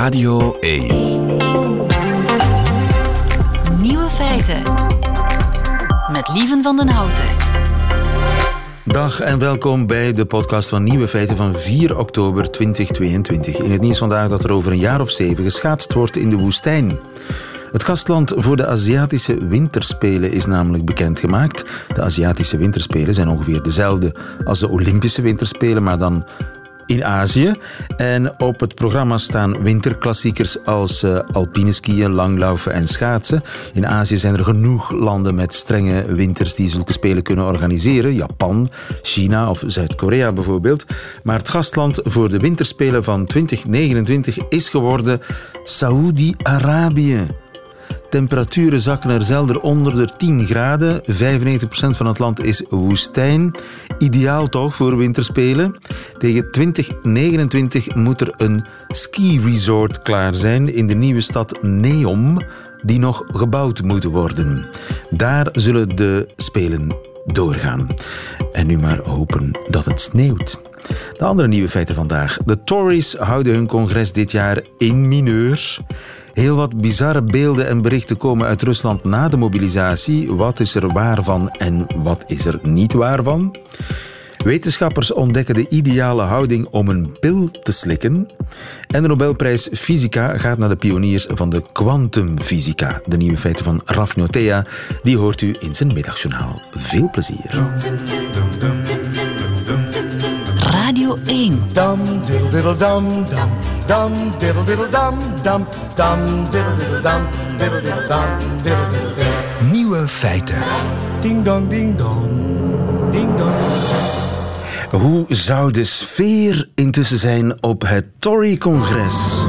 Radio 1. Nieuwe feiten. Met Lieven van den Houten. Dag en welkom bij de podcast van Nieuwe Feiten van 4 oktober 2022. In het nieuws vandaag dat er over een jaar of 7 geschaatst wordt in de woestijn. Het gastland voor de Aziatische Winterspelen is namelijk bekendgemaakt. De Aziatische Winterspelen zijn ongeveer dezelfde als de Olympische Winterspelen, maar dan in Azië. En op het programma staan winterklassiekers als alpine skiën, langlaufen en schaatsen. In Azië zijn er genoeg landen met strenge winters die zulke spelen kunnen organiseren. Japan, China of Zuid-Korea bijvoorbeeld. Maar het gastland voor de winterspelen van 2029 is geworden Saoedi-Arabië. Temperaturen zakken er zelden onder de 10 graden. 95% van het land is woestijn. Ideaal toch voor winterspelen? Tegen 2029 moet er een ski-resort klaar zijn in de nieuwe stad Neom, die nog gebouwd moet worden. Daar zullen de spelen doorgaan. En nu maar hopen dat het sneeuwt. De andere nieuwe feiten vandaag. De Tories houden hun congres dit jaar in mineur. Heel wat bizarre beelden en berichten komen uit Rusland na de mobilisatie. Wat is er waar van en wat is er niet waar van? Wetenschappers ontdekken de ideale houding om een pil te slikken. En de Nobelprijs Fysica gaat naar de pioniers van de kwantumfysica. De nieuwe feiten van Raf Notea, die hoort u in zijn middagjournaal. Veel plezier. Radio 1. Dum diddle diddle dum dum. Dum diddle diddle dum dum. Dum diddle diddle dum diddle diddle dum diddle diddle dum. Nieuwe feiten. Ding dong ding dong. Ding dong. Hoe zou de sfeer intussen zijn op het Tory-congres?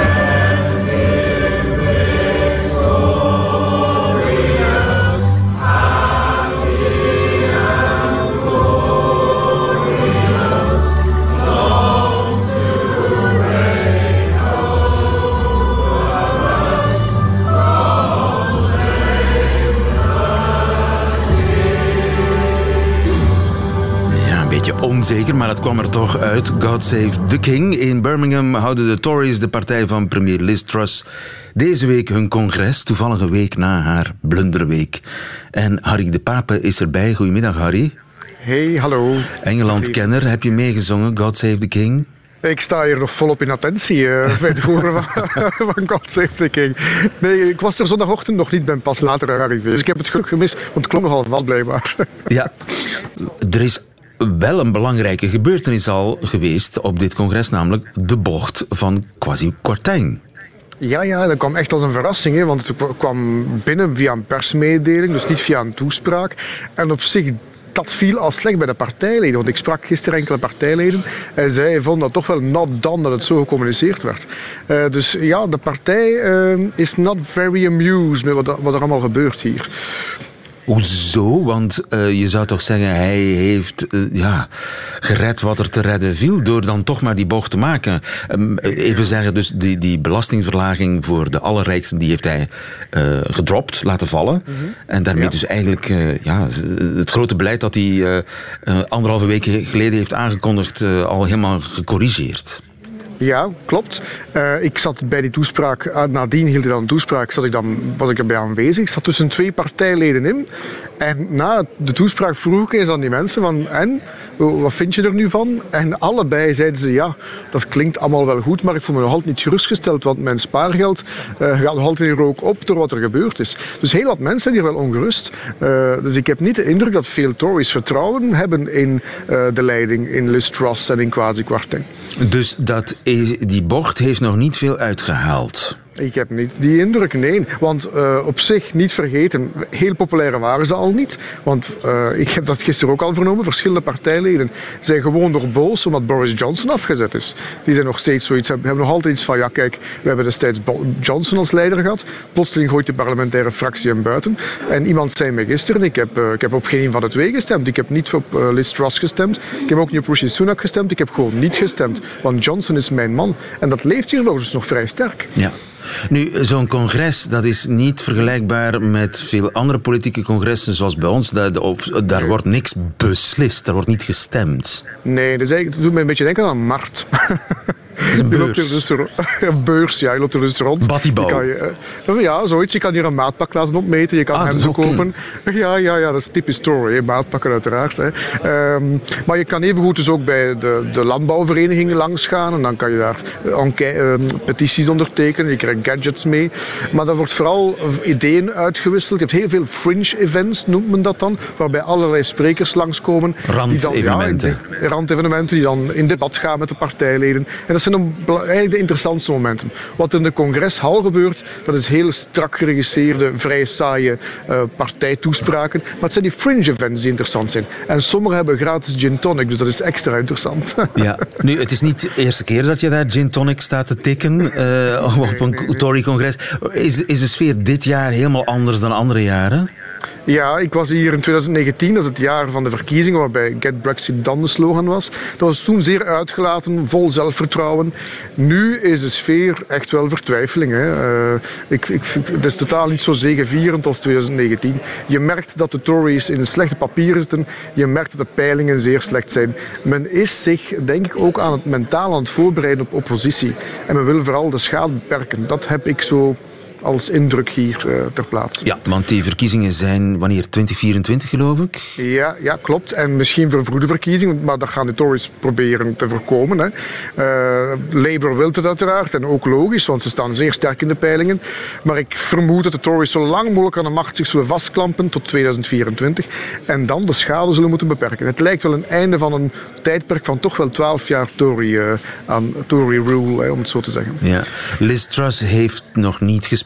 Onzeker, maar het kwam er toch uit. God Save the King. In Birmingham houden de Tories, de partij van premier Liz Truss, deze week hun congres, toevallig een week na haar blunderweek. En Harry de Pape is erbij. Goedemiddag, Harry. Hey, hallo. Engeland-kenner, heb je meegezongen, God Save the King? Ik sta hier nog volop in attentie bij het horen van God Save the King. Nee, ik was er zondagochtend nog niet, ben pas later gearriveerd. Dus ik heb het geluk gemist, want het klonk nogal vast blijkbaar. Ja, er is wel een belangrijke gebeurtenis al geweest op dit congres, namelijk de bocht van Kwasi Kwarteng. Ja, dat kwam echt als een verrassing, hè, want het kwam binnen via een persmededeling, dus niet via een toespraak. En op zich, dat viel al slecht bij de partijleden, want ik sprak gisteren enkele partijleden en zij vonden dat toch wel not done dat het zo gecommuniceerd werd. Dus ja, de partij is not very amused met wat er allemaal gebeurt hier. Hoezo? Want je zou toch zeggen, hij heeft gered wat er te redden viel door dan toch maar die bocht te maken. Even zeggen, dus die belastingverlaging voor de allerrijksten, die heeft hij gedropt, laten vallen. Mm-hmm. En daarmee dus eigenlijk het grote beleid dat hij 1,5 week geleden heeft aangekondigd al helemaal gecorrigeerd. Ja, klopt. Ik zat bij die toespraak, nadien hield hij dan een toespraak, was ik erbij aanwezig. Ik zat tussen 2 partijleden in. En na de toespraak vroeg ik eens aan die mensen van, en, wat vind je er nu van? En allebei zeiden ze, ja, dat klinkt allemaal wel goed, maar ik voel me nog altijd niet gerustgesteld, want mijn spaargeld gaat nog altijd in rook op door wat er gebeurd is. Dus heel wat mensen zijn hier wel ongerust. Dus ik heb niet de indruk dat veel Tories vertrouwen hebben in de leiding, in Liz Truss en in Kwasi Kwarteng. Dus die bocht heeft nog niet veel uitgehaald? Ik heb niet die indruk, nee. Want op zich, niet vergeten, heel populair waren ze al niet. Want ik heb dat gisteren ook al vernomen. Verschillende partijleden zijn gewoon nog boos omdat Boris Johnson afgezet is. Die zijn nog steeds zoiets, hebben nog altijd iets van, ja kijk, we hebben destijds Johnson als leider gehad. Plotseling gooit de parlementaire fractie hem buiten. En iemand zei me gisteren, ik heb op geen van de 2 gestemd. Ik heb niet op Liz Truss gestemd. Ik heb ook niet op Rishi Sunak gestemd. Ik heb gewoon niet gestemd. Want Johnson is mijn man. En dat leeft hier nog, dus nog vrij sterk. Ja. Nu, zo'n congres, dat is niet vergelijkbaar met veel andere politieke congressen zoals bij ons. Daar wordt niks beslist, daar wordt niet gestemd. Nee, dat doet me een beetje denken aan Mart. is een beurs. Een beurs, ja. Je loopt er dus rond. Battibouw. Ja, zoiets. Je kan hier een maatpak laten opmeten. Je kan hemden kopen. Ja, dat is typisch Tory. Hè. Maatpakken uiteraard. Hè. Maar je kan evengoed dus ook bij de landbouwverenigingen langs gaan. En dan kan je daar petities ondertekenen. Je krijgt gadgets mee. Maar er wordt vooral ideeën uitgewisseld. Je hebt heel veel fringe events, noemt men dat dan. Waarbij allerlei sprekers langskomen. Randevenementen. Randevenementen die dan in debat gaan met de partijleden. En dat zijn eigenlijk de interessantste momenten. Wat in de congreshal gebeurt, dat is heel strak geregisseerde, vrij saaie partijtoespraken. Maar het zijn die fringe events die interessant zijn. En sommigen hebben gratis gin tonic, dus dat is extra interessant. Ja, nu, het is niet de eerste keer dat je daar gin tonic staat te tikken op een Tory-congres. Is de sfeer dit jaar helemaal anders dan andere jaren? Ja, ik was hier in 2019, dat is het jaar van de verkiezingen, waarbij Get Brexit Done de slogan was. Dat was toen zeer uitgelaten, vol zelfvertrouwen. Nu is de sfeer echt wel vertwijfeling. Hè. Het is totaal niet zo zegevierend als 2019. Je merkt dat de Tories in slechte papieren zitten. Je merkt dat de peilingen zeer slecht zijn. Men is zich, denk ik, ook mentaal aan het voorbereiden op oppositie. En men wil vooral de schade beperken. Dat heb ik zo als indruk hier ter plaatse. Ja, want die verkiezingen zijn wanneer? 2024, geloof ik? Ja, klopt. En misschien vervroegde verkiezingen, maar dat gaan de Tories proberen te voorkomen. Hè. Labour wil het uiteraard, en ook logisch, want ze staan zeer sterk in de peilingen. Maar ik vermoed dat de Tories zo lang mogelijk aan de macht zich zullen vastklampen tot 2024 en dan de schade zullen moeten beperken. Het lijkt wel een einde van een tijdperk van toch wel 12 jaar Tory rule, om het zo te zeggen. Ja. Liz Truss heeft nog niet gesproken.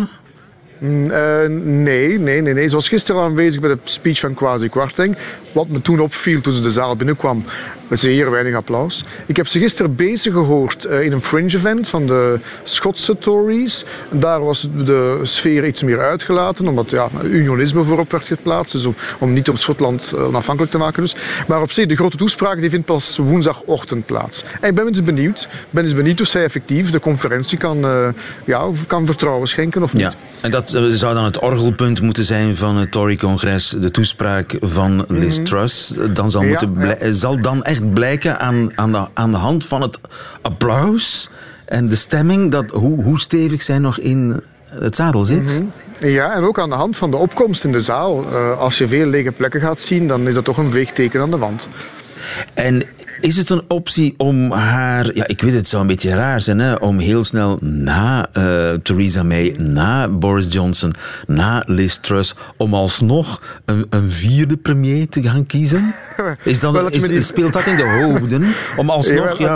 Nee. Ze was gisteren aanwezig bij de speech van Kwasi Kwarteng. Wat me toen opviel toen ze de zaal binnenkwam, zeer weinig applaus. Ik heb ze gisteren bezig gehoord in een fringe event van de Schotse Tories. Daar was de sfeer iets meer uitgelaten, omdat unionisme voorop werd geplaatst. Dus om niet om Schotland onafhankelijk te maken. Dus. Maar op zich, de grote toespraak die vindt pas woensdagochtend plaats. En ik ben dus benieuwd of zij effectief de conferentie kan vertrouwen schenken of niet. Ja, en dat zou dan het orgelpunt moeten zijn van het Tory-congres, de toespraak van Liz Truss. Dan zal dan echt blijken aan de hand van het applaus en de stemming hoe stevig zij nog in het zadel zit. Ja, en ook aan de hand van de opkomst in de zaal. Als je veel lege plekken gaat zien, dan is dat toch een veegteken aan de wand. En is het een optie om haar... Ja, ik weet het zou een beetje raar zijn, hè, om heel snel na Theresa May, na Boris Johnson, na Liz Truss, om alsnog een vierde premier te gaan kiezen? Speelt dat in de hoofden? Om alsnog... Ja.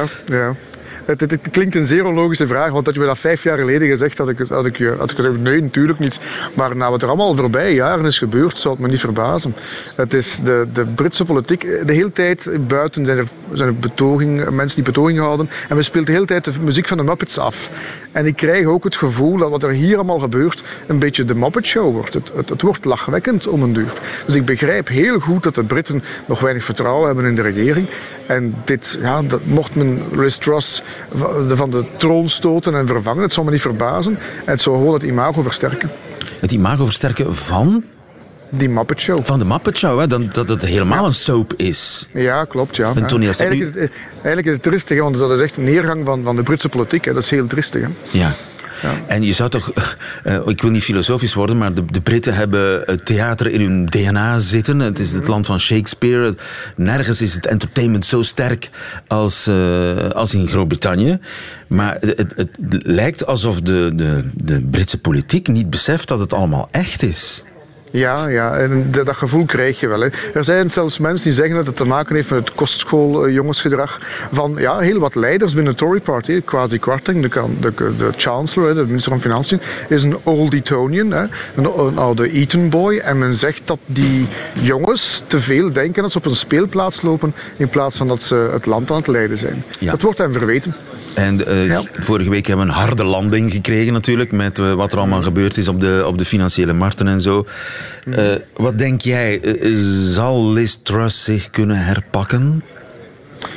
Het klinkt een zeer onlogische vraag, want had je me dat 5 jaar geleden gezegd, had ik gezegd, nee, natuurlijk niet. Maar na wat er allemaal voorbij jaren is gebeurd, zou het me niet verbazen. Het is de Britse politiek, de hele tijd buiten zijn er mensen die betogingen houden, en we speelt de hele tijd de muziek van de Muppets af. En ik krijg ook het gevoel dat wat er hier allemaal gebeurt, een beetje de Muppet Show wordt. Het wordt lachwekkend om een duur. Dus ik begrijp heel goed dat de Britten nog weinig vertrouwen hebben in de regering. En mocht men Liz Truss van de troon stoten en vervangen, het zou me niet verbazen. En het zou gewoon het imago versterken. Het imago versterken van? Die Muppet Show. Van de Muppet Show, hè? Dat het helemaal een soap is. Ja, klopt, ja. Eigenlijk is het tristig, want dat is echt een neergang van de Britse politiek. Hè. Dat is heel tristig. Hè. Ja. Ja. En je zou toch, ik wil niet filosofisch worden, maar de Britten hebben het theater in hun DNA zitten. Het is het land van Shakespeare. Nergens is het entertainment zo sterk als in Groot-Brittannië. Maar het lijkt alsof de Britse politiek niet beseft dat het allemaal echt is. Ja, en dat gevoel krijg je wel. Hè. Er zijn zelfs mensen die zeggen dat het te maken heeft met het kostschooljongensgedrag van heel wat leiders binnen de Tory Party. Kwasi Kwarteng, de chancellor, de minister van Financiën, is een old Etonian, een oude Eton boy. En men zegt dat die jongens te veel denken dat ze op een speelplaats lopen in plaats van dat ze het land aan het leiden zijn. Ja. Dat wordt hen verweten. En vorige week hebben we een harde landing gekregen natuurlijk, met wat er allemaal gebeurd is op de financiële markten en zo. Wat denk jij, zal Liz Truss zich kunnen herpakken?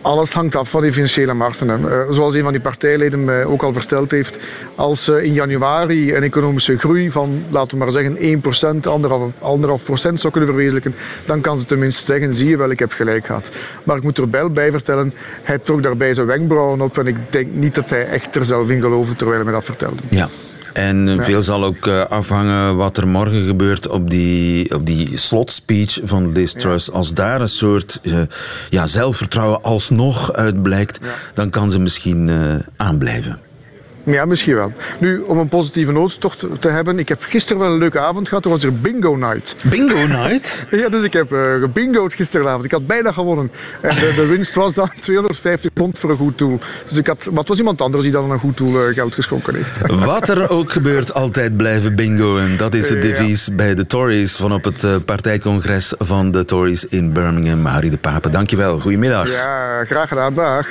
Alles hangt af van die financiële markten. Zoals een van die partijleden mij ook al verteld heeft, als in januari een economische groei van, laten we maar zeggen, 1%, 1,5% zou kunnen verwezenlijken, dan kan ze tenminste zeggen, zie je wel, ik heb gelijk gehad. Maar ik moet er wel bij vertellen, hij trok daarbij zijn wenkbrauwen op en ik denk niet dat hij echt er zelf in geloofde terwijl hij mij dat vertelde. Ja. En veel zal ook afhangen wat er morgen gebeurt op die slotspeech van Liz Truss. Als daar een soort zelfvertrouwen alsnog uit blijkt, dan kan ze misschien aanblijven. Ja, misschien wel. Nu, om een positieve noot toch te hebben. Ik heb gisteren wel een leuke avond gehad. Er was er bingo night. Bingo night? Ja, dus ik heb gebingoed gisteravond. Ik had bijna gewonnen. En de winst was dan £250 voor een goed doel. Dus maar het was iemand anders die dan een goed doel geld geschonken heeft. Wat er ook gebeurt, altijd blijven bingoen. Dat is het devies bij de Tories van op het partijcongres van de Tories in Birmingham. Harry de Pape, dankjewel. Goedemiddag. Ja, graag gedaan. Dag.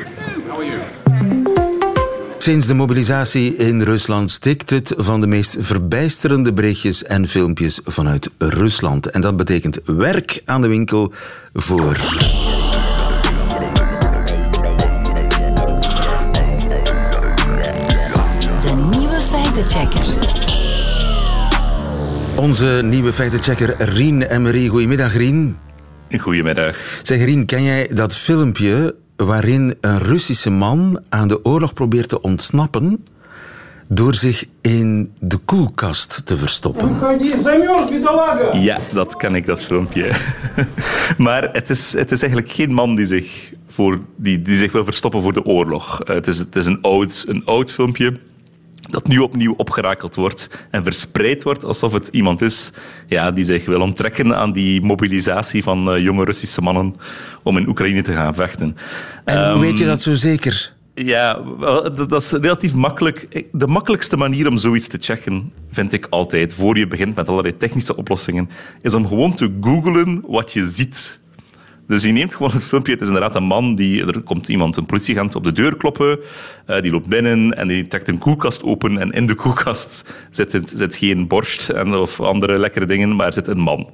Sinds de mobilisatie in Rusland stikt het van de meest verbijsterende berichtjes en filmpjes vanuit Rusland. En dat betekent werk aan de winkel voor... De nieuwe feitenchecker. Onze nieuwe feitenchecker Rien Emery. Goedemiddag, Rien. Goedemiddag. Zeg, Rien, ken jij dat filmpje waarin een Russische man aan de oorlog probeert te ontsnappen door zich in de koelkast te verstoppen? Ja, dat ken ik, dat filmpje. Maar het is eigenlijk geen man die zich wil verstoppen voor de oorlog. Het is een oud filmpje dat nu opnieuw opgerakeld wordt en verspreid wordt alsof het iemand is die zich wil onttrekken aan die mobilisatie van jonge Russische mannen om in Oekraïne te gaan vechten. En hoe weet je dat zo zeker? Ja, dat is relatief makkelijk. De makkelijkste manier om zoiets te checken, vind ik altijd, voor je begint met allerlei technische oplossingen, is om gewoon te googlen wat je ziet. Dus je neemt gewoon het filmpje. Het is inderdaad een man er komt iemand, een politieagent, op de deur kloppen. Die loopt binnen en die trekt een koelkast open. En in de koelkast zit geen borst of andere lekkere dingen, maar zit een man.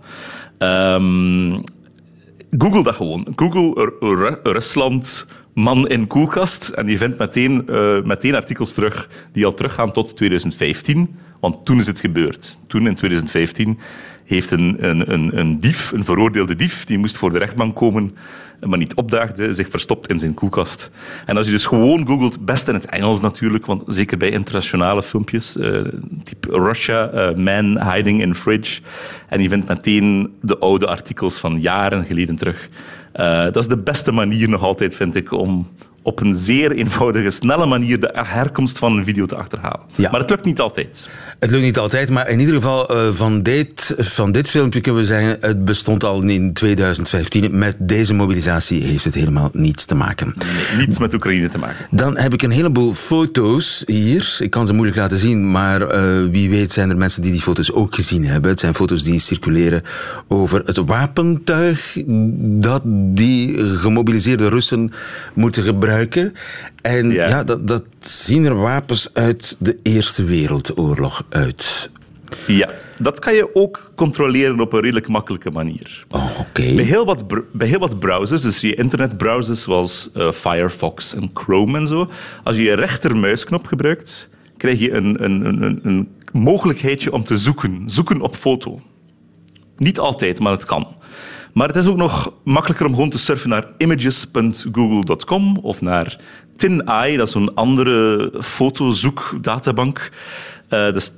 Google dat gewoon. Google Rusland, man in koelkast. En je vindt meteen artikels terug die al teruggaan tot 2015. Want toen is het gebeurd. Toen, in 2015, heeft een dief, een veroordeelde dief, die moest voor de rechtbank komen, maar niet opdaagde, zich verstopt in zijn koelkast. En als je dus gewoon googelt, best in het Engels natuurlijk, want zeker bij internationale filmpjes, type Russia, man hiding in fridge, en je vindt meteen de oude artikels van jaren geleden terug. Dat is de beste manier nog altijd, vind ik, om op een zeer eenvoudige, snelle manier de herkomst van een video te achterhalen. Ja. Maar het lukt niet altijd. Het lukt niet altijd, maar in ieder geval van dit filmpje kunnen we zeggen, het bestond al in 2015. Met deze mobilisatie heeft het helemaal niets te maken. Nee, niets met Oekraïne te maken. Dan heb ik een heleboel foto's hier. Ik kan ze moeilijk laten zien, maar wie weet zijn er mensen die foto's ook gezien hebben. Het zijn foto's die circuleren over het wapentuig dat die gemobiliseerde Russen moeten gebruiken. En dat zien er wapens uit de Eerste Wereldoorlog uit. Ja, dat kan je ook controleren op een redelijk makkelijke manier. Oh, oké. Bij heel wat browsers, dus je internetbrowsers zoals Firefox en Chrome en zo, als je je rechtermuisknop gebruikt, krijg je een mogelijkheidje om te zoeken op foto. Niet altijd, maar het kan. Maar het is ook nog makkelijker om gewoon te surfen naar images.google.com of naar TinEye, dat is zo'n andere fotozoekdatabank. Dat is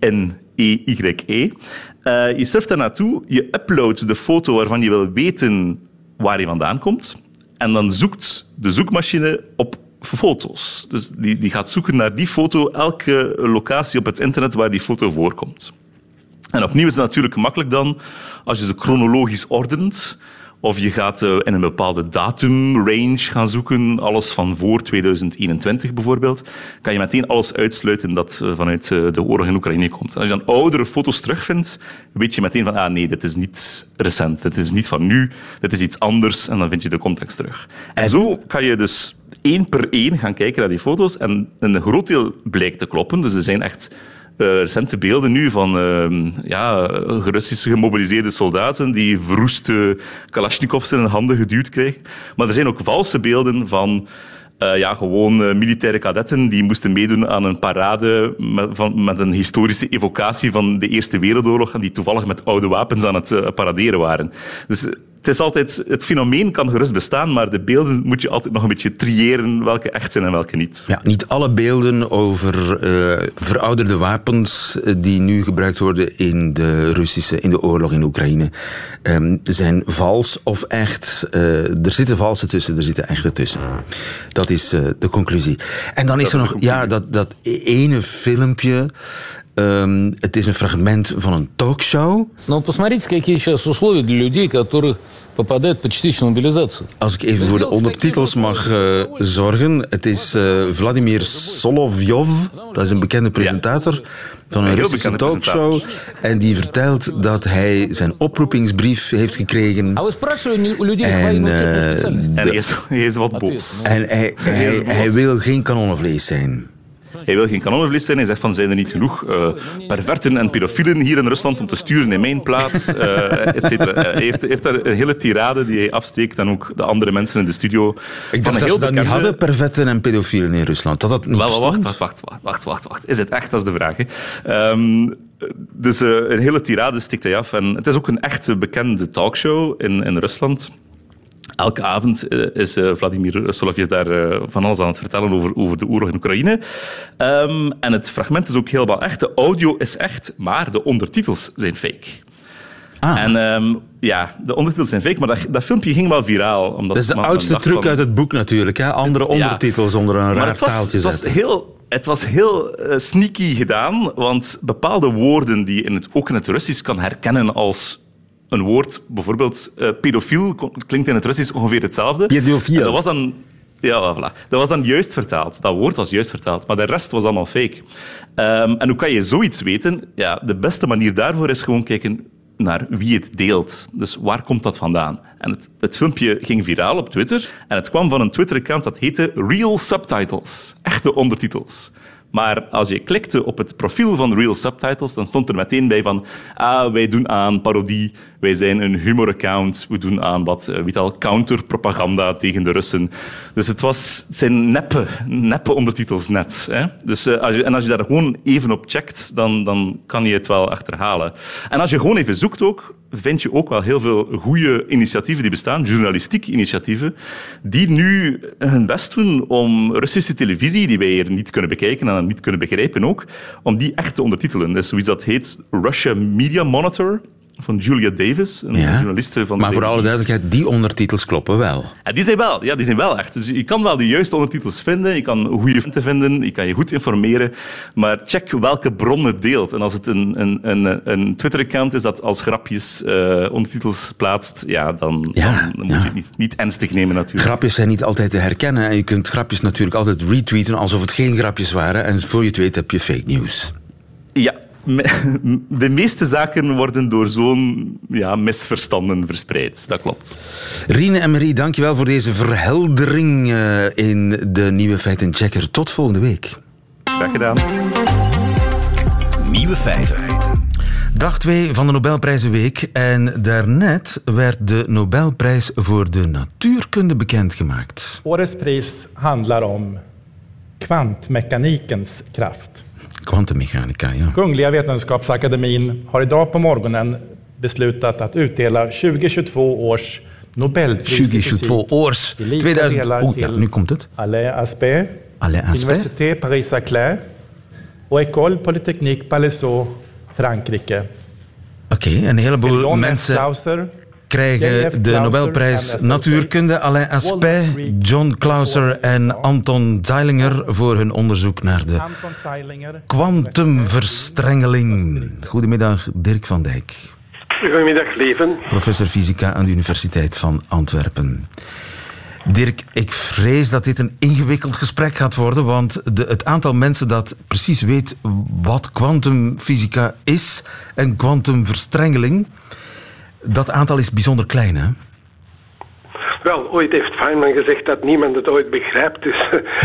TINEYE. Je surft daar naartoe, je uploadt de foto waarvan je wil weten waar die vandaan komt. En dan zoekt de zoekmachine op foto's. Dus die gaat zoeken naar die foto, elke locatie op het internet waar die foto voorkomt. En opnieuw is het natuurlijk makkelijk dan, als je ze chronologisch ordent, of je gaat in een bepaalde datumrange gaan zoeken, alles van voor 2021 bijvoorbeeld, kan je meteen alles uitsluiten dat vanuit de oorlog in Oekraïne komt. En als je dan oudere foto's terugvindt, weet je meteen van, nee, dit is niet recent, dit is niet van nu, dit is iets anders, en dan vind je de context terug. En zo kan je dus 1 per 1 gaan kijken naar die foto's, en een groot deel blijkt te kloppen, dus er zijn echt recente beelden nu van Russische gemobiliseerde soldaten die verroeste Kalashnikovs in hun handen geduwd krijgen. Maar er zijn ook valse beelden van gewoon militaire kadetten die moesten meedoen aan een parade met een historische evocatie van de Eerste Wereldoorlog en die toevallig met oude wapens aan het paraderen waren. Dus het fenomeen kan gerust bestaan, maar de beelden moet je altijd nog een beetje triëren welke echt zijn en welke niet. Ja, niet alle beelden over verouderde wapens die nu gebruikt worden in de oorlog in Oekraïne zijn vals of echt. Er zitten valse tussen, er zitten echte tussen. Dat is de conclusie. En dan is er nog dat ene filmpje. Het is een fragment van een talkshow. Посмотрите, какие сейчас условия для людей, которые попадают по частичной мобилизации. Als ik even voor de ondertitels mag zorgen. Het is Vladimir Solovjov, dat is een bekende presentator van een Russische talkshow. En die vertelt dat hij zijn oproepingsbrief heeft gekregen. En hij is wat boos. En hij wil geen kanonnenvlees zijn. Hij wil geen kanonnenvlees zijn. Hij zegt van, zijn er niet genoeg perverten en pedofielen hier in Rusland om te sturen in mijn plaats, et cetera. Hij heeft daar een hele tirade die hij afsteekt en ook de andere mensen in de studio. Ik dacht dat ze dat niet hadden, perverten en pedofielen in Rusland. Dat dat niet Wacht. Is het echt? Dat is de vraag. Dus een hele tirade steekt hij af. En het is ook een echte bekende talkshow in Rusland. Elke avond is Vladimir Solovjev daar van alles aan het vertellen over de oorlog in Oekraïne. En het fragment is ook helemaal echt. De audio is echt, maar de ondertitels zijn fake. En de ondertitels zijn fake, maar dat filmpje ging wel viraal. Omdat dat is de oudste truc uit het boek natuurlijk. Hè? Andere ondertitels onder een raar taaltje zetten. Het was heel sneaky gedaan, want bepaalde woorden die je ook in het Russisch kan herkennen als een woord, bijvoorbeeld pedofiel, klinkt in het Russisch ongeveer hetzelfde. Pedofiel. Dat was dan... Ja, voilà. Dat was dan juist vertaald. Dat woord was juist vertaald, maar de rest was allemaal fake. En hoe kan je zoiets weten? Ja, de beste manier daarvoor is gewoon kijken naar wie het deelt. Dus waar komt dat vandaan? En het filmpje ging viraal op Twitter en het kwam van een Twitter-account dat heette Real Subtitles. Echte ondertitels. Maar als je klikte op het profiel van Real Subtitles, dan stond er meteen bij van wij doen aan parodie, wij zijn een humoraccount, we doen aan counterpropaganda tegen de Russen. Dus het zijn neppe ondertitels net. Hè? Dus, als je daar gewoon even op checkt, dan kan je het wel achterhalen. En als je gewoon even zoekt ook, vind je ook wel heel veel goede initiatieven die bestaan, journalistieke initiatieven, die nu hun best doen om Russische televisie, die wij hier niet kunnen bekijken en niet kunnen begrijpen ook, om die echt te ondertitelen. Dat is zoiets dat heet Russia Media Monitor, van Julia Davis, een journaliste van de Maar voor alle duidelijkheid, die ondertitels kloppen wel. En die zijn wel echt. Dus je kan wel de juiste ondertitels vinden, je kan goede venten vinden, je kan je goed informeren, maar check welke bron het deelt. En als het een Twitter-account is dat als grapjes ondertitels plaatst, dan moet je het niet ernstig nemen natuurlijk. Grapjes zijn niet altijd te herkennen en je kunt grapjes natuurlijk altijd retweeten alsof het geen grapjes waren en voor je het weet heb je fake news. Ja. De meeste zaken worden door zo'n misverstanden verspreid. Dat klopt. Rien en Marie, dankjewel voor deze verheldering in de Nieuwe Feitenchecker. Tot volgende week. Graag gedaan. Nieuwe feiten. Dag 2 van de Nobelprijzenweek. En daarnet werd de Nobelprijs voor de natuurkunde bekendgemaakt. Årets pris handlar om kvantmekanikens kraft. Kwantummechanica, ja. Kungliga Vetenskapsakademien har idag på morgonen beslutat att utdela 2022 års Nobelpris i fysik. 2022 års. 2000. Nu komt het. Alain Aspect, Université Paris-Saclay och École Polytechnique Palaiseau, Frankrike. Oké, een heleboel mensen krijgen de Nobelprijs Natuurkunde. Alain Aspect, John Clauser en Anton Zeilinger voor hun onderzoek naar de kwantumverstrengeling. Goedemiddag, Dirk van Dijk. Goedemiddag, Leven. Professor fysica aan de Universiteit van Antwerpen. Dirk, ik vrees dat dit een ingewikkeld gesprek gaat worden, want het aantal mensen dat precies weet wat kwantumfysica is en kwantumverstrengeling, dat aantal is bijzonder klein, hè? Wel, ooit heeft Feynman gezegd dat niemand het ooit begrijpt. Dus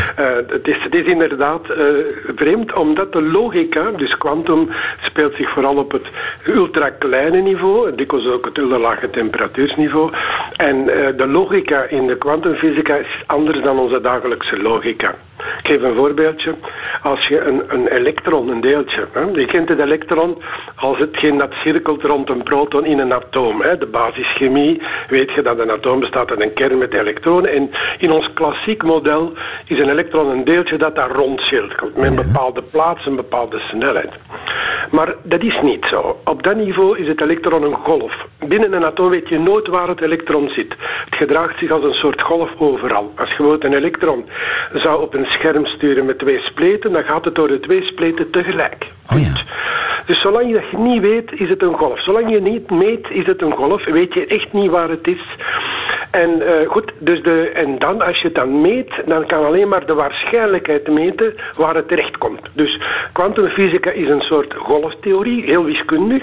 het is inderdaad vreemd, omdat de logica, dus kwantum, speelt zich vooral op het ultrakleine niveau, en dikwijls ook het ultralage temperatuursniveau. En de logica in de kwantumfysica is anders dan onze dagelijkse logica. Ik geef een voorbeeldje. Als je een elektron, een deeltje, je kent het elektron als hetgeen dat cirkelt rond een proton in een atoom. De basischemie weet je dat een atoom bestaat uit een kern met elektronen. En in ons klassiek model is een elektron een deeltje dat daar rond cirkelt, met een bepaalde plaats, een bepaalde snelheid. Maar dat is niet zo. Op dat niveau is het elektron een golf. Binnen een atoom weet je nooit waar het elektron zit. Het gedraagt zich als een soort golf overal. Als je bijvoorbeeld een elektron zou op een scherm sturen met 2 spleten, dan gaat het door de 2 spleten tegelijk. Oh ja. Dus zolang je dat niet weet, is het een golf. Zolang je niet meet, is het een golf. Weet je echt niet waar het is. En goed, dus en dan, als je het dan meet, dan kan alleen maar de waarschijnlijkheid meten waar het terecht komt. Dus kwantumfysica is een soort golftheorie, heel wiskundig.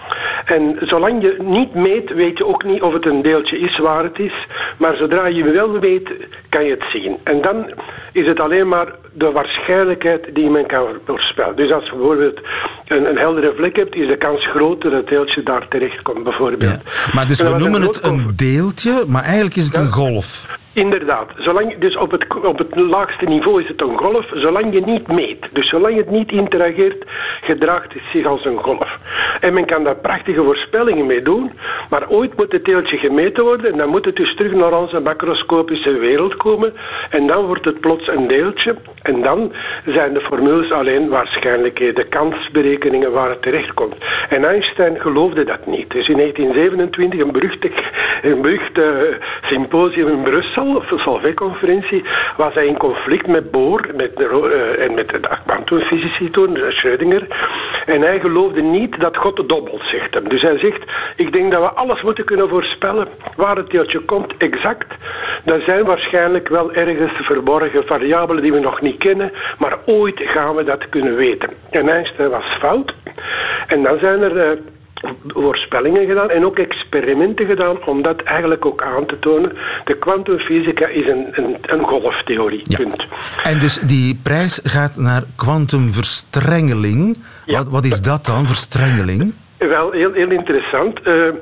En zolang je niet meet, weet je ook niet of het een deeltje is waar het is. Maar zodra je wel weet, kan je het zien. En dan is het alleen maar de waarschijnlijkheid die men kan voorspellen. Dus als je bijvoorbeeld een heldere vlek hebt, is de kans groter dat het deeltje daar terecht komt, bijvoorbeeld. Ja. Maar dus we noemen het een deeltje, maar eigenlijk is het een golf. Inderdaad. Dus op het laagste niveau is het een golf, zolang je niet meet. Dus zolang het niet interageert, gedraagt het zich als een golf. En men kan daar prachtige voorspellingen mee doen, maar ooit moet het deeltje gemeten worden en dan moet het dus terug naar onze macroscopische wereld komen en dan wordt het plots een deeltje en dan zijn de formules alleen waarschijnlijkheden, kansberekeningen waar het terecht komt. En Einstein geloofde dat niet. Dus in 1927 een berucht symposium in Brussel, of de Solvay-conferentie, was hij in conflict met Bohr en met de kwantumfysici toen, Schrödinger. En hij geloofde niet dat God dobbelt, zegt hem. Dus hij zegt, ik denk dat we alles moeten kunnen voorspellen waar het deeltje komt, exact. Er zijn waarschijnlijk wel ergens verborgen variabelen die we nog niet kennen, maar ooit gaan we dat kunnen weten. En Einstein was fout. En dan zijn er voorspellingen gedaan en ook experimenten gedaan om dat eigenlijk ook aan te tonen. De kwantumfysica is een golftheorie. Ja. Punt. En dus die prijs gaat naar kwantumverstrengeling. Ja. Wat is dat dan, verstrengeling? Wel, heel interessant.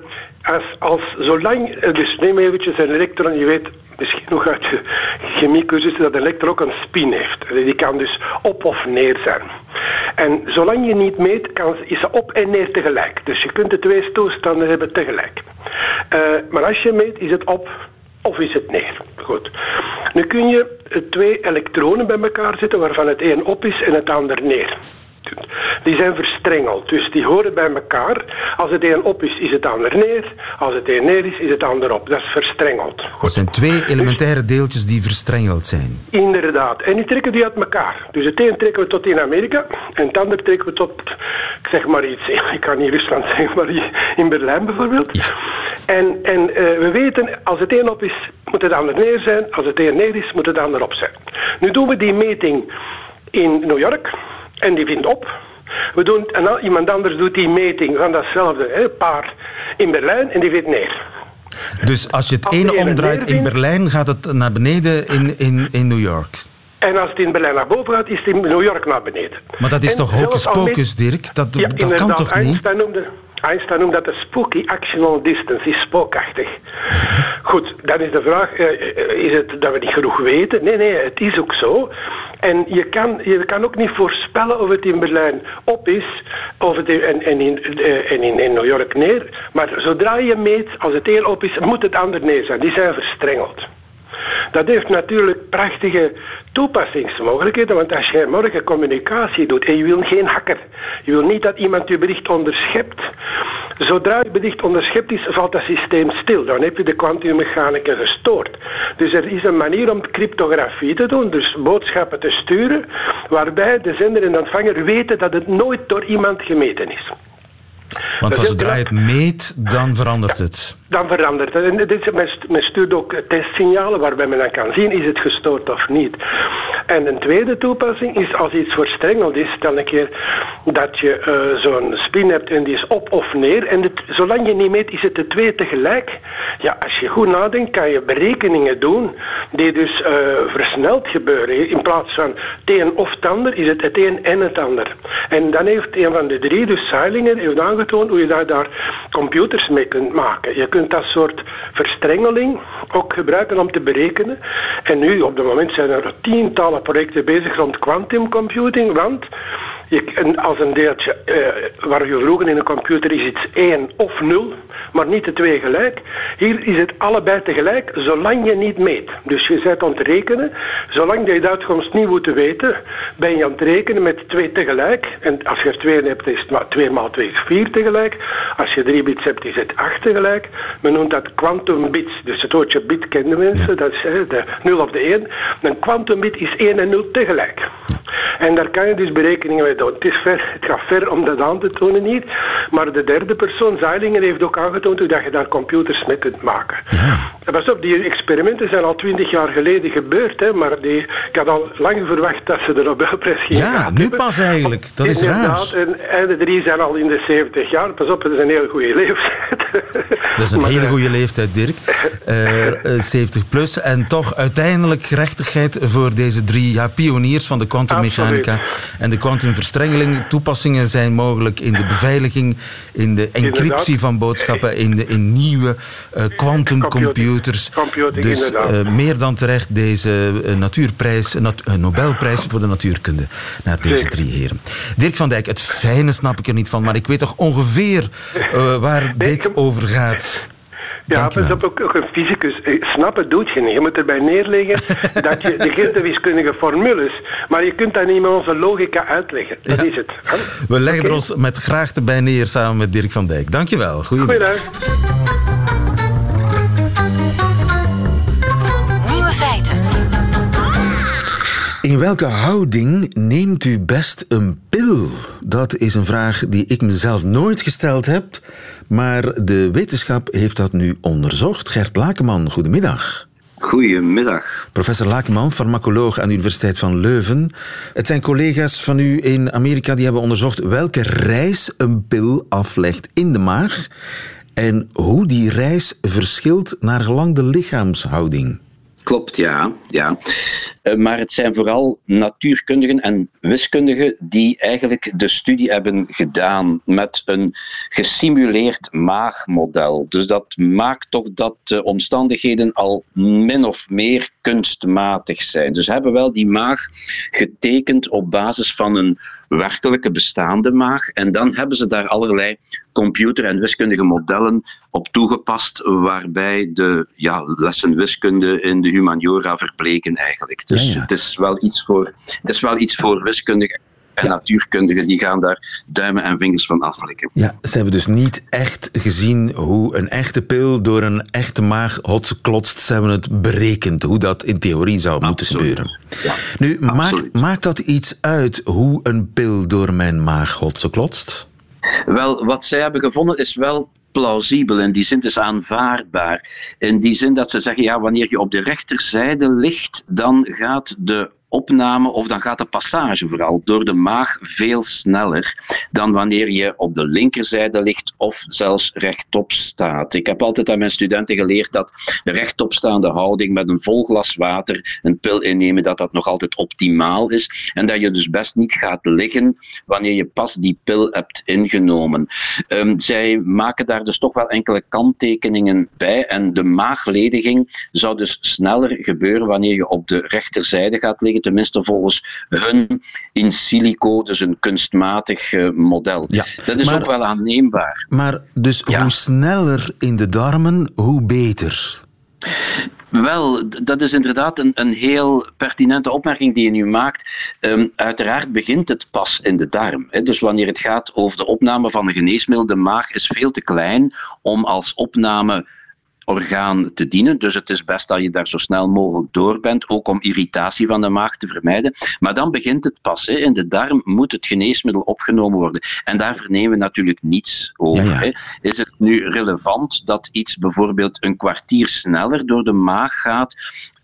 Zolang, dus neem eventjes een elektron, je weet misschien nog uit je chemiecursus dat een elektron ook een spin heeft. Die kan dus op of neer zijn. En zolang je niet meet, is ze op en neer tegelijk. Dus je kunt de 2 toestanden hebben tegelijk. Maar als je meet, is het op of is het neer. Goed. Nu kun je 2 elektronen bij elkaar zetten, waarvan het een op is en het ander neer. Die zijn verstrengeld, dus die horen bij elkaar. Als het een op is, is het ander neer. Als het een neer is, is het ander op. Dat is verstrengeld. Goed. Dat zijn 2 elementaire deeltjes die verstrengeld zijn. Inderdaad. En die trekken die uit elkaar. Dus het een trekken we tot in Amerika en het ander trekken we tot, ik zeg maar iets, ik kan niet Rusland zeggen, maar in Berlijn bijvoorbeeld. Ja. En we weten, als het een op is, moet het ander neer zijn. Als het een neer is, moet het ander op zijn. Nu doen we die meting in New York. En die vindt op. Iemand anders doet die meting van datzelfde paar in Berlijn en die vindt neer. Dus als je het ene omdraait in Berlijn, gaat het naar beneden in New York? En als het in Berlijn naar boven gaat, is het in New York naar beneden. Maar dat is toch hocus pocus, Dirk? Dat kan toch niet? Einstein noemde dat de spooky action on distance, is spookachtig. Goed, dan is de vraag, is het dat we niet genoeg weten? Nee, het is ook zo. En je kan ook niet voorspellen of het in Berlijn op is of het in New York neer. Maar zodra je meet, als het een op is, moet het ander neer zijn. Die zijn verstrengeld. Dat heeft natuurlijk prachtige toepassingsmogelijkheden, want als je morgen communicatie doet en je wil geen hacker, je wil niet dat iemand je bericht onderschept, zodra je bericht onderschept is, valt dat systeem stil. Dan heb je de kwantummechanica gestoord. Dus er is een manier om cryptografie te doen, dus boodschappen te sturen, waarbij de zender en de ontvanger weten dat het nooit door iemand gemeten is. Want als zodra je het meet, dan verandert het. Dan verandert het. En men stuurt ook testsignalen waarbij men dan kan zien, is het gestoord of niet. En een tweede toepassing is als iets verstrengeld is. Stel een keer dat je zo'n spin hebt en die is op of neer. En zolang je niet meet, is het de twee tegelijk. Ja, als je goed nadenkt, kan je berekeningen doen die dus versneld gebeuren. In plaats van het een of het ander, is het een en het ander. En dan heeft een van de drie, dus Zeilinger, heeft aangetoond hoe je daar computers mee kunt maken. Je kunt dat soort verstrengeling ook gebruiken om te berekenen. En nu, op het moment, zijn er tientallen projecten bezig rond quantum computing, want als een deeltje waar je vroeger in een computer is iets 1 of 0, maar niet de twee gelijk. Hier is het allebei tegelijk, zolang je niet meet. Dus je bent aan het rekenen, zolang je de uitkomst niet moet weten, ben je aan het rekenen met 2 tegelijk. En als je er 2 hebt, is het 2 maal 2 is 4 tegelijk. Als je 3 bits hebt, is het 8 tegelijk. Men noemt dat quantum bits. Dus het woordje bit kennen mensen, dat is de 0 of de 1. Een quantum bit is 1 en 0 tegelijk. En daar kan je dus berekeningen mee doen. Het gaat ver om dat aan te tonen niet. Maar de derde persoon, Zeilinger, heeft ook aangetoond hoe dat je daar computers mee kunt maken. Ja. Pas op, die experimenten zijn al 20 jaar geleden gebeurd. Hè, maar ik had al lang verwacht dat ze de Nobelprijs gingen Ja, nu hebben. Pas eigenlijk. Dat is raar. En de drie zijn al in de 70 jaar. Pas op, dat is een hele goede leeftijd. Dat is een hele goede leeftijd, Dirk. 70 plus. En toch uiteindelijk gerechtigheid voor deze 3 pioniers van de kwantummechanica en de kwantumverstrengeling. Toepassingen zijn mogelijk in de beveiliging, in de encryptie van boodschappen, in nieuwe quantumcomputers. Dus meer dan terecht deze Nobelprijs voor de natuurkunde naar deze 3 heren. Dirk van Dijk, het fijne snap ik er niet van, maar ik weet toch ongeveer waar dit over gaat. Ja, pas op, ook een fysicus. Snappen doet je niet. Je moet erbij neerleggen dat je de wiskundige formules, maar je kunt dat niet met onze logica uitleggen. Dat is het. Hè? We leggen er ons met graagte bij neer samen met Dirk van Dijk. Dankjewel. Goedemiddag. Nieuwe feiten. In welke houding neemt u best een pil? Dat is een vraag die ik mezelf nooit gesteld heb, maar de wetenschap heeft dat nu onderzocht. Gert Lakenman, goedemiddag. Goedemiddag. Professor Lakenman, farmacoloog aan de Universiteit van Leuven. Het zijn collega's van u in Amerika die hebben onderzocht welke reis een pil aflegt in de maag en hoe die reis verschilt naar gelang de lichaamshouding. Klopt, ja. Maar het zijn vooral natuurkundigen en wiskundigen die eigenlijk de studie hebben gedaan met een gesimuleerd maagmodel. Dus dat maakt toch dat de omstandigheden al min of meer kunstmatig zijn. Dus hebben wel die maag getekend op basis van een werkelijke bestaande maag. En dan hebben ze daar allerlei computer- en wiskundige modellen op toegepast, waarbij de lessen wiskunde in de humaniora verbleken eigenlijk. Dus het is wel iets voor wiskundigen en natuurkundigen, die gaan daar duimen en vingers van aflikken. Ja, ze hebben dus niet echt gezien hoe een echte pil door een echte maag hotseklotst. Ze hebben het berekend, hoe dat in theorie zou moeten gebeuren. Ja, nu, maakt dat iets uit hoe een pil door mijn maag hotseklotst? Wel, wat zij hebben gevonden is wel plausibel, in die zin is aanvaardbaar. In die zin dat ze zeggen, wanneer je op de rechterzijde ligt, dan gaat de opname, of dan gaat de passage vooral door de maag veel sneller dan wanneer je op de linkerzijde ligt of zelfs rechtop staat. Ik heb altijd aan mijn studenten geleerd dat de rechtopstaande houding met een vol glas water een pil innemen, dat nog altijd optimaal is en dat je dus best niet gaat liggen wanneer je pas die pil hebt ingenomen. Zij maken daar dus toch wel enkele kanttekeningen bij en de maaglediging zou dus sneller gebeuren wanneer je op de rechterzijde gaat liggen, tenminste volgens hun in silico, dus een kunstmatig model. Ja, dat is ook wel aanneembaar. Maar dus hoe sneller in de darmen, hoe beter? Wel, dat is inderdaad een heel pertinente opmerking die je nu maakt. Uiteraard begint het pas in de darm. Dus wanneer het gaat over de opname van een geneesmiddel, de maag is veel te klein om als opname orgaan te dienen. Dus het is best dat je daar zo snel mogelijk door bent, ook om irritatie van de maag te vermijden. Maar dan begint het pas. Hè. In de darm moet het geneesmiddel opgenomen worden. En daar vernemen we natuurlijk niets over. Ja. Hè. Is het nu relevant dat iets bijvoorbeeld een kwartier sneller door de maag gaat?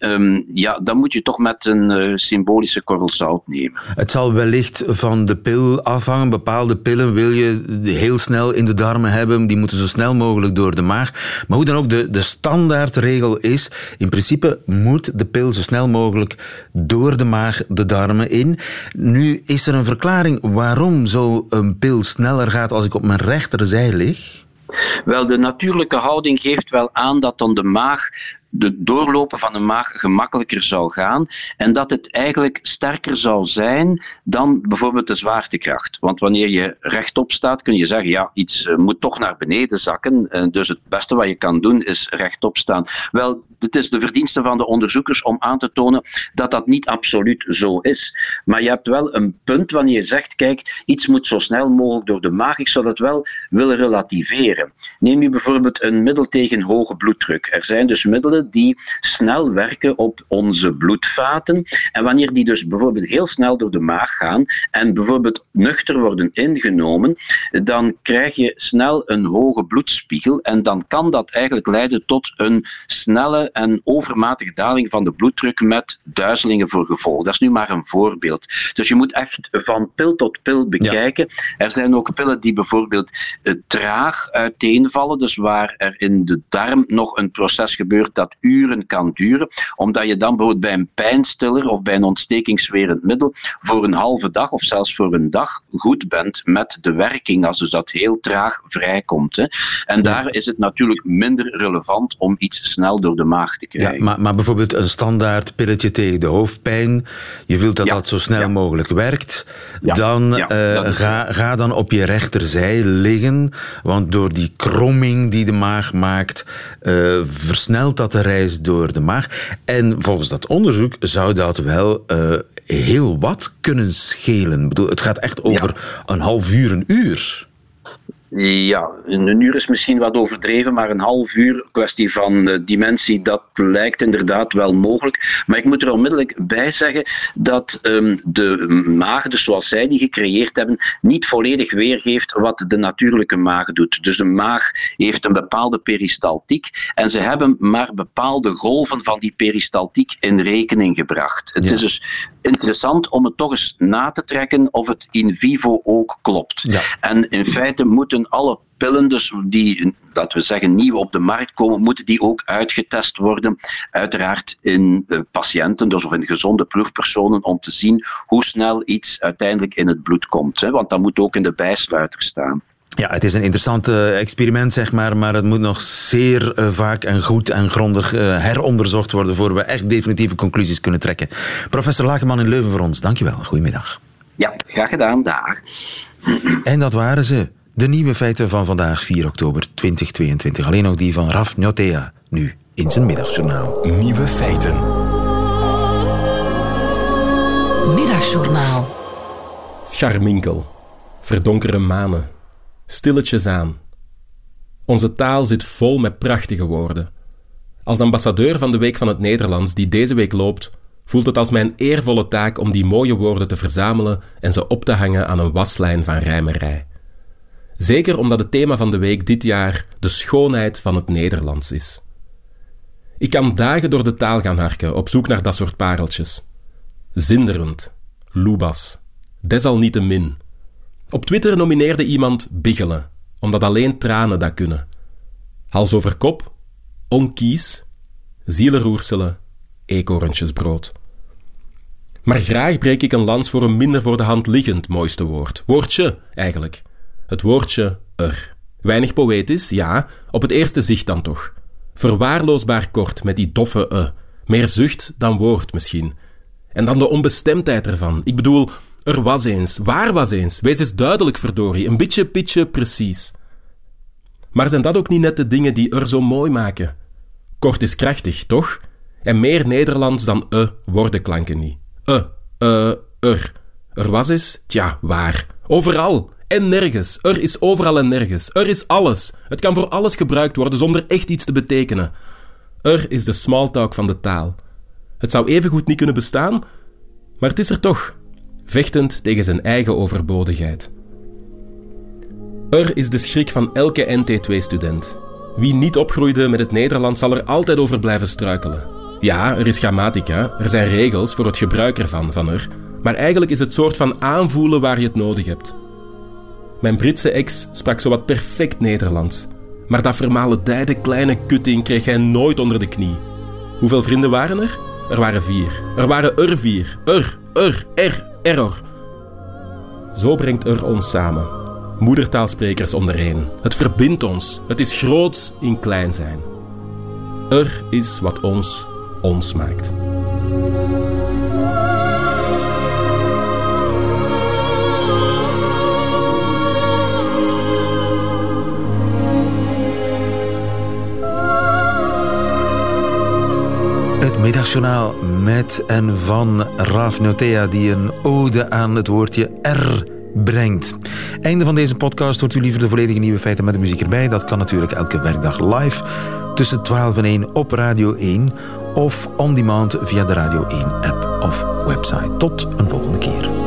Dan moet je toch met een symbolische korrel zout nemen. Het zal wellicht van de pil afhangen. Bepaalde pillen wil je heel snel in de darmen hebben. Die moeten zo snel mogelijk door de maag. Maar hoe dan ook, de standaardregel is, in principe moet de pil zo snel mogelijk door de maag de darmen in. Nu is er een verklaring waarom zo'n pil sneller gaat als ik op mijn rechterzij lig? Wel, de natuurlijke houding geeft wel aan dat dan de doorlopen van de maag gemakkelijker zou gaan en dat het eigenlijk sterker zou zijn dan bijvoorbeeld de zwaartekracht. Want wanneer je rechtop staat, kun je zeggen, iets moet toch naar beneden zakken. Dus het beste wat je kan doen is rechtop staan. Wel, het is de verdienste van de onderzoekers om aan te tonen dat dat niet absoluut zo is. Maar je hebt wel een punt wanneer je zegt, kijk, iets moet zo snel mogelijk door de maag. Ik zou dat wel willen relativeren. Neem nu bijvoorbeeld een middel tegen hoge bloeddruk. Er zijn dus middelen die snel werken op onze bloedvaten. En wanneer die dus bijvoorbeeld heel snel door de maag gaan en bijvoorbeeld nuchter worden ingenomen, dan krijg je snel een hoge bloedspiegel en dan kan dat eigenlijk leiden tot een snelle en overmatige daling van de bloeddruk met duizelingen voor gevolg. Dat is nu maar een voorbeeld. Dus je moet echt van pil tot pil bekijken. Ja. Er zijn ook pillen die bijvoorbeeld traag uiteenvallen, dus waar er in de darm nog een proces gebeurt dat uren kan duren, omdat je dan bijvoorbeeld bij een pijnstiller of bij een ontstekingswerend middel voor een halve dag of zelfs voor een dag goed bent met de werking, als dus dat heel traag vrijkomt. Hè. En daar is het natuurlijk minder relevant om iets snel door de maag te krijgen. Ja, maar bijvoorbeeld een standaard pilletje tegen de hoofdpijn, je wilt dat dat zo snel mogelijk werkt, dan ga dan op je rechterzij liggen, want door die kromming die de maag maakt, versnelt dat de reis door de maag. En volgens dat onderzoek zou dat wel heel wat kunnen schelen. Ik bedoel, het gaat echt over een half uur, een uur. Ja, een uur is misschien wat overdreven, maar een half uur, kwestie van dimensie, dat lijkt inderdaad wel mogelijk. Maar ik moet er onmiddellijk bij zeggen dat de maag, dus zoals zij die gecreëerd hebben, niet volledig weergeeft wat de natuurlijke maag doet. Dus de maag heeft een bepaalde peristaltiek en ze hebben maar bepaalde golven van die peristaltiek in rekening gebracht. Het is dus interessant om het toch eens na te trekken of het in vivo ook klopt. Ja. En in feite moeten alle pillen, dus die, dat we zeggen, nieuw op de markt komen, moeten die ook uitgetest worden. Uiteraard in patiënten, dus of in gezonde proefpersonen, om te zien hoe snel iets uiteindelijk in het bloed komt. Hè? Want dat moet ook in de bijsluiter staan. Ja, het is een interessant experiment, zeg maar het moet nog zeer vaak en goed en grondig heronderzocht worden voor we echt definitieve conclusies kunnen trekken. Professor Lakenman in Leuven voor ons, dankjewel. Goedemiddag. Ja, graag gedaan. Dag. En dat waren ze. De nieuwe feiten van vandaag, 4 oktober 2022. Alleen ook die van Raf Njotea, nu in zijn middagjournaal. Nieuwe feiten. Middagjournaal. Scharminkel. Verdonkere manen. Stilletjes aan. Onze taal zit vol met prachtige woorden. Als ambassadeur van de Week van het Nederlands die deze week loopt, voelt het als mijn eervolle taak om die mooie woorden te verzamelen en ze op te hangen aan een waslijn van rijmerij. Zeker omdat het thema van de week dit jaar de schoonheid van het Nederlands is. Ik kan dagen door de taal gaan harken op zoek naar dat soort pareltjes. Zinderend, loebas, desalniettemin. Op Twitter nomineerde iemand biggelen, omdat alleen tranen dat kunnen. Hals over kop, onkies, zielenroerselen, eekhoorntjesbrood. Maar graag breek ik een lans voor een minder voor de hand liggend mooiste woord. Woordje, eigenlijk. Het woordje er. Weinig poëtisch, ja, op het eerste zicht dan toch. Verwaarloosbaar kort met die doffe Meer zucht dan woord misschien. En dan de onbestemdheid ervan. Ik bedoel, er was eens, waar was eens. Wees eens duidelijk, verdorie. Een beetje pitje precies. Maar zijn dat ook niet net de dingen die er zo mooi maken? Kort is krachtig, toch? En meer Nederlands dan worden klanken niet. Er. Er was eens, tja, waar. Overal. en nergens. Er is overal en nergens. Er is alles. Het kan voor alles gebruikt worden zonder echt iets te betekenen. Er is de smalltalk van de taal. Het zou evengoed niet kunnen bestaan, maar het is er toch, vechtend tegen zijn eigen overbodigheid. Er is de schrik van elke NT2-student. Wie niet opgroeide met het Nederlands zal er altijd over blijven struikelen. Ja, er is grammatica, er zijn regels voor het gebruik ervan, van er, maar eigenlijk is het soort van aanvoelen waar je het nodig hebt. Mijn Britse ex sprak zowat perfect Nederlands, maar dat vermaledijde kleine kutting kreeg hij nooit onder de knie. Hoeveel vrienden waren er? Er waren 4. Er waren er 4. Error. Zo brengt er ons samen. Moedertaalsprekers ondereen. Het verbindt ons. Het is groots in klein zijn. Er is wat ons maakt. Het middagjournaal met en van Raf Notea, die een ode aan het woordje R brengt. Einde van deze podcast. Hoort u liever de volledige nieuwe feiten met de muziek erbij? Dat kan natuurlijk elke werkdag live tussen 12 en 1 op Radio 1 of on demand via de Radio 1 app of website. Tot een volgende keer.